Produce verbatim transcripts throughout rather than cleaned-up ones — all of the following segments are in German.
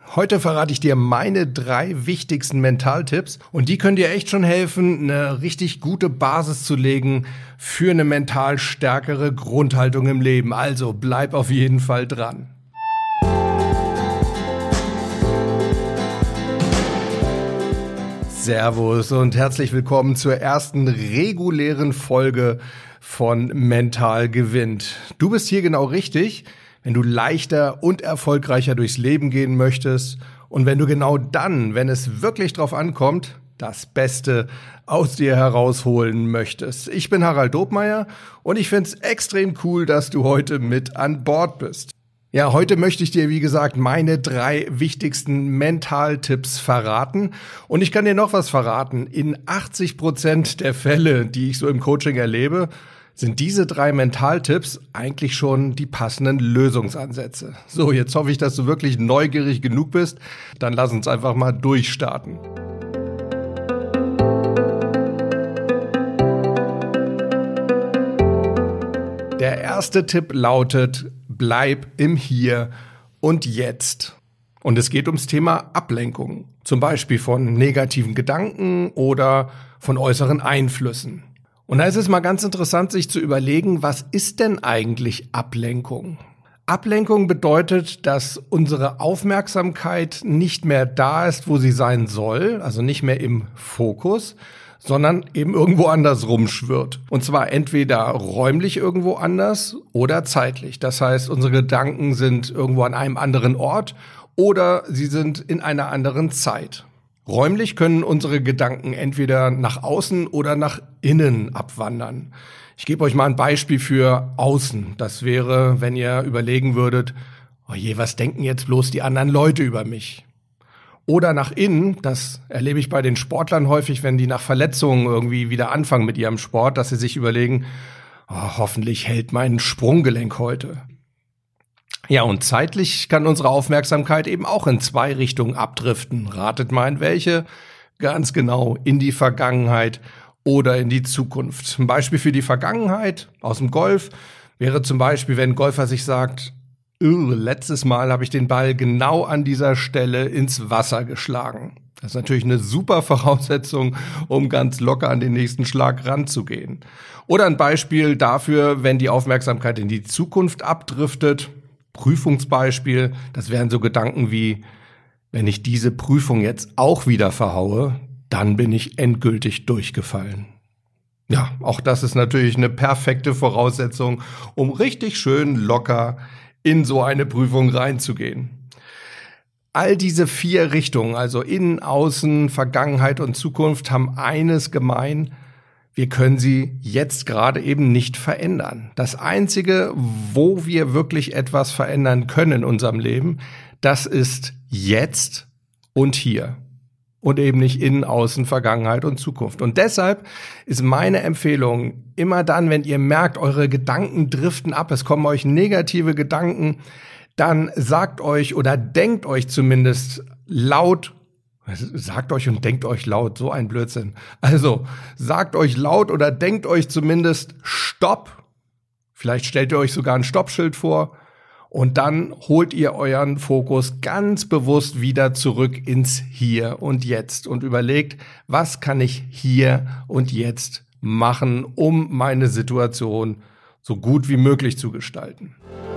Heute verrate ich dir meine drei wichtigsten Mentaltipps und die können dir echt schon helfen, eine richtig gute Basis zu legen für eine mental stärkere Grundhaltung im Leben. Also bleib auf jeden Fall dran. Servus und herzlich willkommen zur ersten regulären Folge von Mental gewinnt. Du bist hier genau richtig, wenn du leichter und erfolgreicher durchs Leben gehen möchtest und wenn du genau dann, wenn es wirklich drauf ankommt, das Beste aus dir herausholen möchtest. Ich bin Harald Dobmeier und ich finde es extrem cool, dass du heute mit an Bord bist. Ja, heute möchte ich dir, wie gesagt, meine drei wichtigsten Mentaltipps verraten. Und ich kann dir noch was verraten. In achtzig Prozent der Fälle, die ich so im Coaching erlebe, sind diese drei Mentaltipps eigentlich schon die passenden Lösungsansätze. So, jetzt hoffe ich, dass du wirklich neugierig genug bist. Dann lass uns einfach mal durchstarten. Der erste Tipp lautet: Bleib im Hier und Jetzt. Und es geht ums Thema Ablenkung. Zum Beispiel von negativen Gedanken oder von äußeren Einflüssen. Und da ist es mal ganz interessant, sich zu überlegen, was ist denn eigentlich Ablenkung? Ablenkung bedeutet, dass unsere Aufmerksamkeit nicht mehr da ist, wo sie sein soll, also nicht mehr im Fokus, sondern eben irgendwo anders rumschwirrt. Und zwar entweder räumlich irgendwo anders oder zeitlich. Das heißt, unsere Gedanken sind irgendwo an einem anderen Ort oder sie sind in einer anderen Zeit. Räumlich können unsere Gedanken entweder nach außen oder nach innen abwandern. Ich gebe euch mal ein Beispiel für außen. Das wäre, wenn ihr überlegen würdet, oh je, was denken jetzt bloß die anderen Leute über mich? Oder nach innen, das erlebe ich bei den Sportlern häufig, wenn die nach Verletzungen irgendwie wieder anfangen mit ihrem Sport, dass sie sich überlegen, oh, hoffentlich hält mein Sprunggelenk heute. Ja, und zeitlich kann unsere Aufmerksamkeit eben auch in zwei Richtungen abdriften. Ratet mal in welche? Ganz genau, in die Vergangenheit oder in die Zukunft. Ein Beispiel für die Vergangenheit aus dem Golf wäre zum Beispiel, wenn ein Golfer sich sagt, letztes Mal habe ich den Ball genau an dieser Stelle ins Wasser geschlagen. Das ist natürlich eine super Voraussetzung, um ganz locker an den nächsten Schlag ranzugehen. Oder ein Beispiel dafür, wenn die Aufmerksamkeit in die Zukunft abdriftet. Prüfungsbeispiel, das wären so Gedanken wie, wenn ich diese Prüfung jetzt auch wieder verhaue, dann bin ich endgültig durchgefallen. Ja, auch das ist natürlich eine perfekte Voraussetzung, um richtig schön locker in so eine Prüfung reinzugehen. All diese vier Richtungen, also Innen, Außen, Vergangenheit und Zukunft, haben eines gemein: Wir können sie jetzt gerade eben nicht verändern. Das Einzige, wo wir wirklich etwas verändern können in unserem Leben, das ist jetzt und hier. Und eben nicht Innen, Außen, Vergangenheit und Zukunft. Und deshalb ist meine Empfehlung, immer dann, wenn ihr merkt, eure Gedanken driften ab, es kommen euch negative Gedanken, dann sagt euch oder denkt euch zumindest laut, sagt euch und denkt euch laut, so ein Blödsinn. Also sagt euch laut oder denkt euch zumindest Stopp. Vielleicht stellt ihr euch sogar ein Stoppschild vor. Und dann holt ihr euren Fokus ganz bewusst wieder zurück ins Hier und Jetzt und überlegt, was kann ich hier und jetzt machen, um meine Situation so gut wie möglich zu gestalten.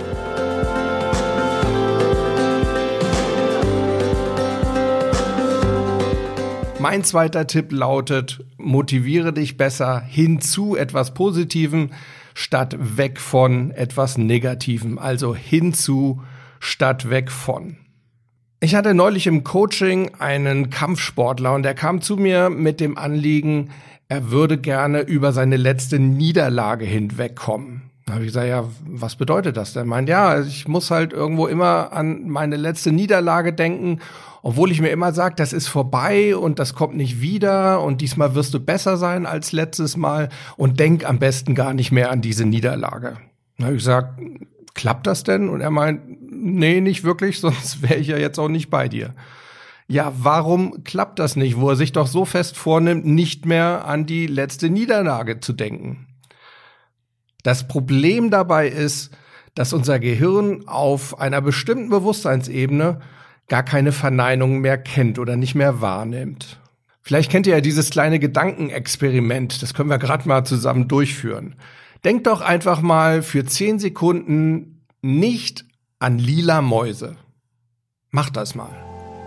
Mein zweiter Tipp lautet: Motiviere dich besser hin zu etwas Positivem statt weg von etwas Negativem. Also hinzu statt weg von. Ich hatte neulich im Coaching einen Kampfsportler und der kam zu mir mit dem Anliegen, er würde gerne über seine letzte Niederlage hinwegkommen. Da habe ich gesagt, ja, was bedeutet das denn? Er meint, ja, ich muss halt irgendwo immer an meine letzte Niederlage denken, obwohl ich mir immer sage, das ist vorbei und das kommt nicht wieder und diesmal wirst du besser sein als letztes Mal und denk am besten gar nicht mehr an diese Niederlage. Da habe ich gesagt, klappt das denn? Und er meint, nee, nicht wirklich, sonst wäre ich ja jetzt auch nicht bei dir. Ja, warum klappt das nicht, wo er sich doch so fest vornimmt, nicht mehr an die letzte Niederlage zu denken? Das Problem dabei ist, dass unser Gehirn auf einer bestimmten Bewusstseinsebene gar keine Verneinung mehr kennt oder nicht mehr wahrnimmt. Vielleicht kennt ihr ja dieses kleine Gedankenexperiment, das können wir gerade mal zusammen durchführen. Denkt doch einfach mal für zehn Sekunden nicht an lila Mäuse. Macht das mal.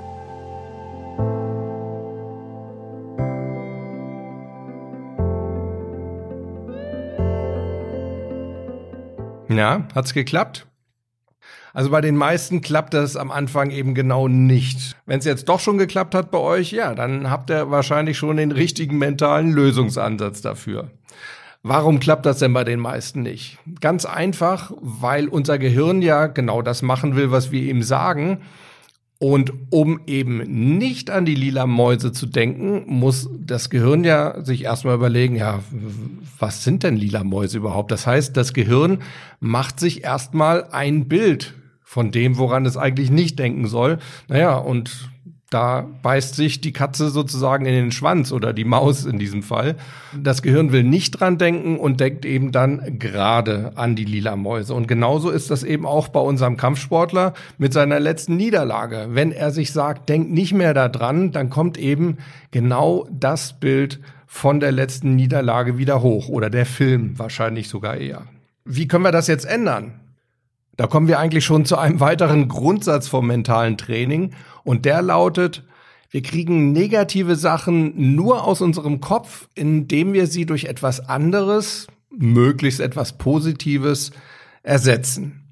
Ja, hat's geklappt? Also bei den meisten klappt das am Anfang eben genau nicht. Wenn es jetzt doch schon geklappt hat bei euch, ja, dann habt ihr wahrscheinlich schon den richtigen mentalen Lösungsansatz dafür. Warum klappt das denn bei den meisten nicht? Ganz einfach, weil unser Gehirn ja genau das machen will, was wir ihm sagen. Und um eben nicht an die lila Mäuse zu denken, muss das Gehirn ja sich erstmal überlegen, ja, was sind denn lila Mäuse überhaupt? Das heißt, das Gehirn macht sich erstmal ein Bild von dem, woran es eigentlich nicht denken soll. Naja, und da beißt sich die Katze sozusagen in den Schwanz oder die Maus in diesem Fall. Das Gehirn will nicht dran denken und denkt eben dann gerade an die lila Mäuse. Und genauso ist das eben auch bei unserem Kampfsportler mit seiner letzten Niederlage. Wenn er sich sagt, denkt nicht mehr da dran, dann kommt eben genau das Bild von der letzten Niederlage wieder hoch. Oder der Film wahrscheinlich sogar eher. Wie können wir das jetzt ändern? Da kommen wir eigentlich schon zu einem weiteren Grundsatz vom mentalen Training und der lautet, wir kriegen negative Sachen nur aus unserem Kopf, indem wir sie durch etwas anderes, möglichst etwas Positives, ersetzen.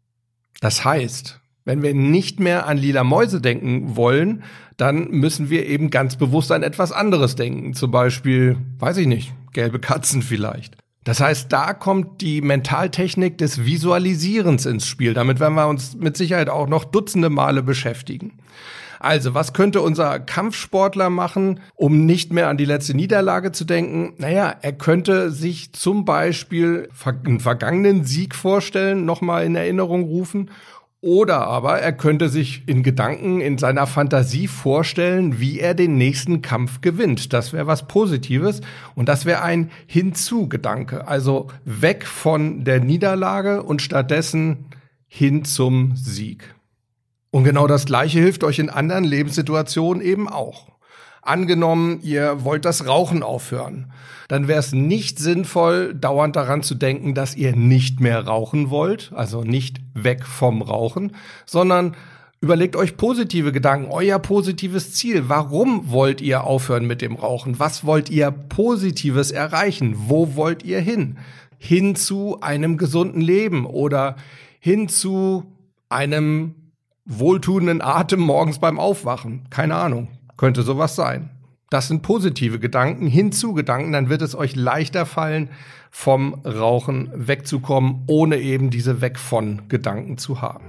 Das heißt, wenn wir nicht mehr an lila Mäuse denken wollen, dann müssen wir eben ganz bewusst an etwas anderes denken. Zum Beispiel, weiß ich nicht, gelbe Katzen vielleicht. Das heißt, da kommt die Mentaltechnik des Visualisierens ins Spiel. Damit werden wir uns mit Sicherheit auch noch dutzende Male beschäftigen. Also, was könnte unser Kampfsportler machen, um nicht mehr an die letzte Niederlage zu denken? Naja, er könnte sich zum Beispiel einen vergangenen Sieg vorstellen, nochmal in Erinnerung rufen. Oder aber er könnte sich in Gedanken, in seiner Fantasie vorstellen, wie er den nächsten Kampf gewinnt. Das wäre was Positives und das wäre ein Hinzu-Gedanke. Also weg von der Niederlage und stattdessen hin zum Sieg. Und genau das Gleiche hilft euch in anderen Lebenssituationen eben auch. Angenommen, ihr wollt das Rauchen aufhören, dann wäre es nicht sinnvoll, dauernd daran zu denken, dass ihr nicht mehr rauchen wollt, also nicht weg vom Rauchen, sondern überlegt euch positive Gedanken, euer positives Ziel. Warum wollt ihr aufhören mit dem Rauchen? Was wollt ihr Positives erreichen? Wo wollt ihr hin? Hin zu einem gesunden Leben oder hin zu einem wohltuenden Atem morgens beim Aufwachen? Keine Ahnung. Könnte sowas sein. Das sind positive Gedanken, Hinzu-Gedanken, dann wird es euch leichter fallen, vom Rauchen wegzukommen, ohne eben diese Weg von Gedanken zu haben.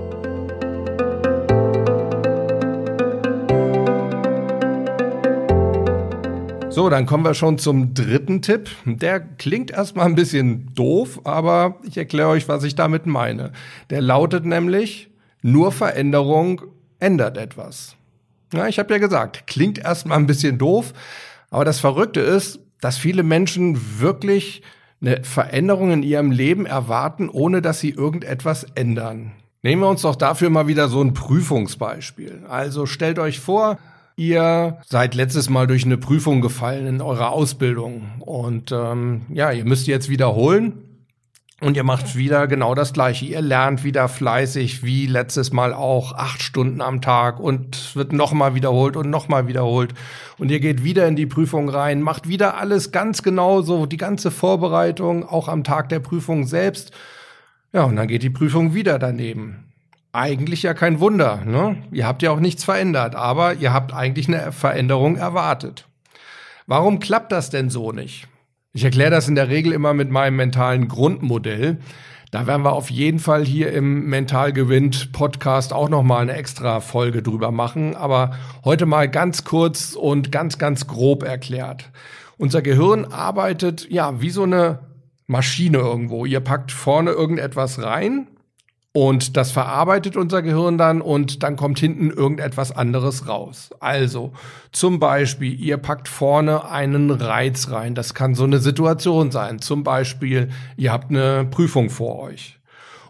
So, dann kommen wir schon zum dritten Tipp. Der klingt erstmal ein bisschen doof, aber ich erkläre euch, was ich damit meine. Der lautet nämlich, nur Veränderung ändert etwas. Ja, ich habe ja gesagt, klingt erstmal ein bisschen doof, aber das Verrückte ist, dass viele Menschen wirklich eine Veränderung in ihrem Leben erwarten, ohne dass sie irgendetwas ändern. Nehmen wir uns doch dafür mal wieder so ein Prüfungsbeispiel. Also stellt euch vor, ihr seid letztes Mal durch eine Prüfung gefallen in eurer Ausbildung und ähm, ja, ihr müsst jetzt wiederholen. Und ihr macht wieder genau das Gleiche. Ihr lernt wieder fleißig, wie letztes Mal auch, acht Stunden am Tag und es wird nochmal wiederholt und nochmal wiederholt. Und ihr geht wieder in die Prüfung rein, macht wieder alles ganz genau so, die ganze Vorbereitung, auch am Tag der Prüfung selbst. Ja, und dann geht die Prüfung wieder daneben. Eigentlich ja kein Wunder, ne? Ihr habt ja auch nichts verändert, aber ihr habt eigentlich eine Veränderung erwartet. Warum klappt das denn so nicht? Ich erkläre das in der Regel immer mit meinem mentalen Grundmodell. Da werden wir auf jeden Fall hier im Mental gewinnt Podcast auch nochmal eine extra Folge drüber machen. Aber heute mal ganz kurz und ganz, ganz grob erklärt. Unser Gehirn arbeitet ja wie so eine Maschine irgendwo. Ihr packt vorne irgendetwas rein und das verarbeitet unser Gehirn dann und dann kommt hinten irgendetwas anderes raus. Also zum Beispiel, ihr packt vorne einen Reiz rein. Das kann so eine Situation sein. Zum Beispiel, ihr habt eine Prüfung vor euch.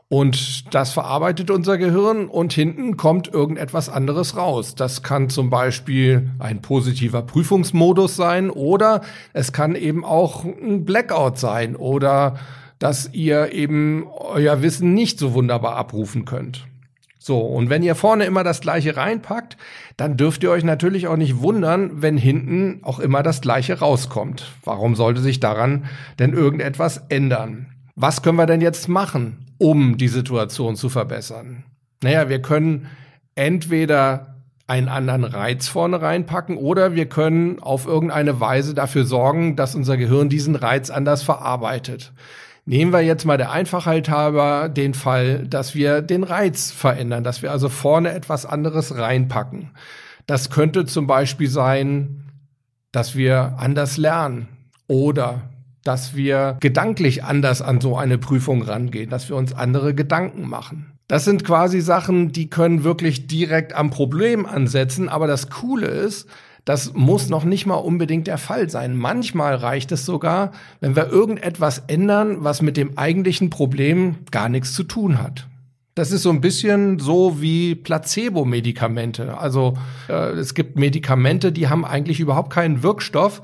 Und das verarbeitet unser Gehirn und hinten kommt irgendetwas anderes raus. Das kann zum Beispiel ein positiver Prüfungsmodus sein oder es kann eben auch ein Blackout sein oder dass ihr eben euer Wissen nicht so wunderbar abrufen könnt. So, und wenn ihr vorne immer das Gleiche reinpackt, dann dürft ihr euch natürlich auch nicht wundern, wenn hinten auch immer das Gleiche rauskommt. Warum sollte sich daran denn irgendetwas ändern? Was können wir denn jetzt machen, um die Situation zu verbessern? Naja, wir können entweder einen anderen Reiz vorne reinpacken oder wir können auf irgendeine Weise dafür sorgen, dass unser Gehirn diesen Reiz anders verarbeitet. Nehmen wir jetzt mal der Einfachheit halber den Fall, dass wir den Reiz verändern, dass wir also vorne etwas anderes reinpacken. Das könnte zum Beispiel sein, dass wir anders lernen oder dass wir gedanklich anders an so eine Prüfung rangehen, dass wir uns andere Gedanken machen. Das sind quasi Sachen, die können wirklich direkt am Problem ansetzen, aber das Coole ist, das muss noch nicht mal unbedingt der Fall sein. Manchmal reicht es sogar, wenn wir irgendetwas ändern, was mit dem eigentlichen Problem gar nichts zu tun hat. Das ist so ein bisschen so wie Placebo-Medikamente. Also äh, es gibt Medikamente, die haben eigentlich überhaupt keinen Wirkstoff,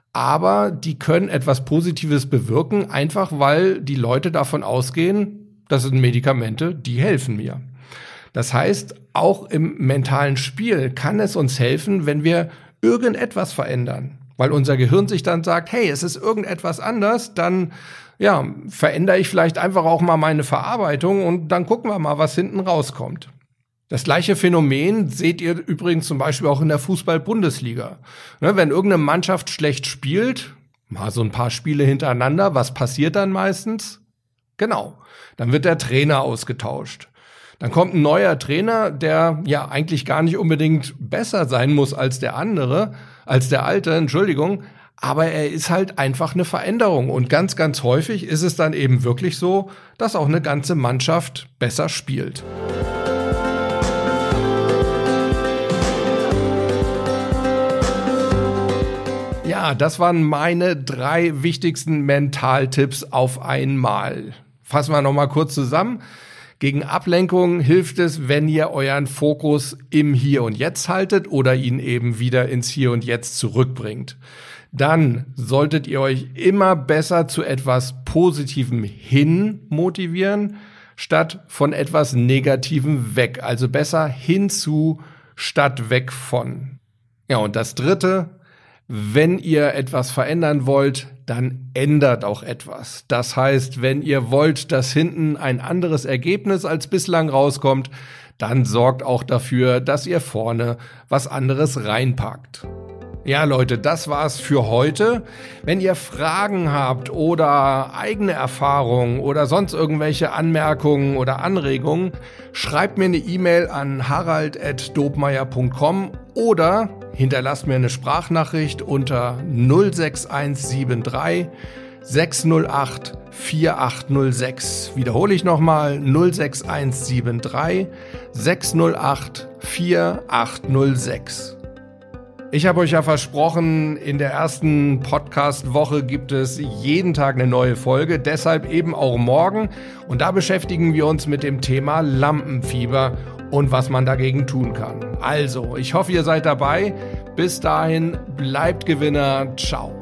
aber die können etwas Positives bewirken, einfach weil die Leute davon ausgehen, das sind Medikamente, die helfen mir. Das heißt, auch im mentalen Spiel kann es uns helfen, wenn wir irgendetwas verändern. Weil unser Gehirn sich dann sagt, hey, es ist irgendetwas anders, dann ja, verändere ich vielleicht einfach auch mal meine Verarbeitung und dann gucken wir mal, was hinten rauskommt. Das gleiche Phänomen seht ihr übrigens zum Beispiel auch in der Fußball-Bundesliga. Ne, wenn irgendeine Mannschaft schlecht spielt, mal so ein paar Spiele hintereinander, was passiert dann meistens? Genau, dann wird der Trainer ausgetauscht. Dann kommt ein neuer Trainer, der ja eigentlich gar nicht unbedingt besser sein muss als der andere, als der alte, Entschuldigung, aber er ist halt einfach eine Veränderung. Und ganz, ganz häufig ist es dann eben wirklich so, dass auch eine ganze Mannschaft besser spielt. Ja, das waren meine drei wichtigsten Mentaltipps auf einmal. Fassen wir nochmal kurz zusammen. Gegen Ablenkung hilft es, wenn ihr euren Fokus im Hier und Jetzt haltet oder ihn eben wieder ins Hier und Jetzt zurückbringt. Dann solltet ihr euch immer besser zu etwas Positivem hin motivieren, statt von etwas Negativem weg. Also besser hinzu statt weg von. Ja, und das Dritte: Wenn ihr etwas verändern wollt, dann ändert auch etwas. Das heißt, wenn ihr wollt, dass hinten ein anderes Ergebnis als bislang rauskommt, dann sorgt auch dafür, dass ihr vorne was anderes reinpackt. Ja, Leute, das war's für heute. Wenn ihr Fragen habt oder eigene Erfahrungen oder sonst irgendwelche Anmerkungen oder Anregungen, schreibt mir eine E-Mail an harald at dobmeier punkt com oder hinterlasst mir eine Sprachnachricht unter null sechs eins sieben drei sechs null acht vier acht null sechs. Wiederhole ich nochmal: null sechs eins sieben drei sechs null acht vier acht null sechs. Ich habe euch ja versprochen, in der ersten Podcast-Woche gibt es jeden Tag eine neue Folge, deshalb eben auch morgen. Und da beschäftigen wir uns mit dem Thema Lampenfieber und was man dagegen tun kann. Also, ich hoffe, ihr seid dabei. Bis dahin, bleibt Gewinner. Ciao.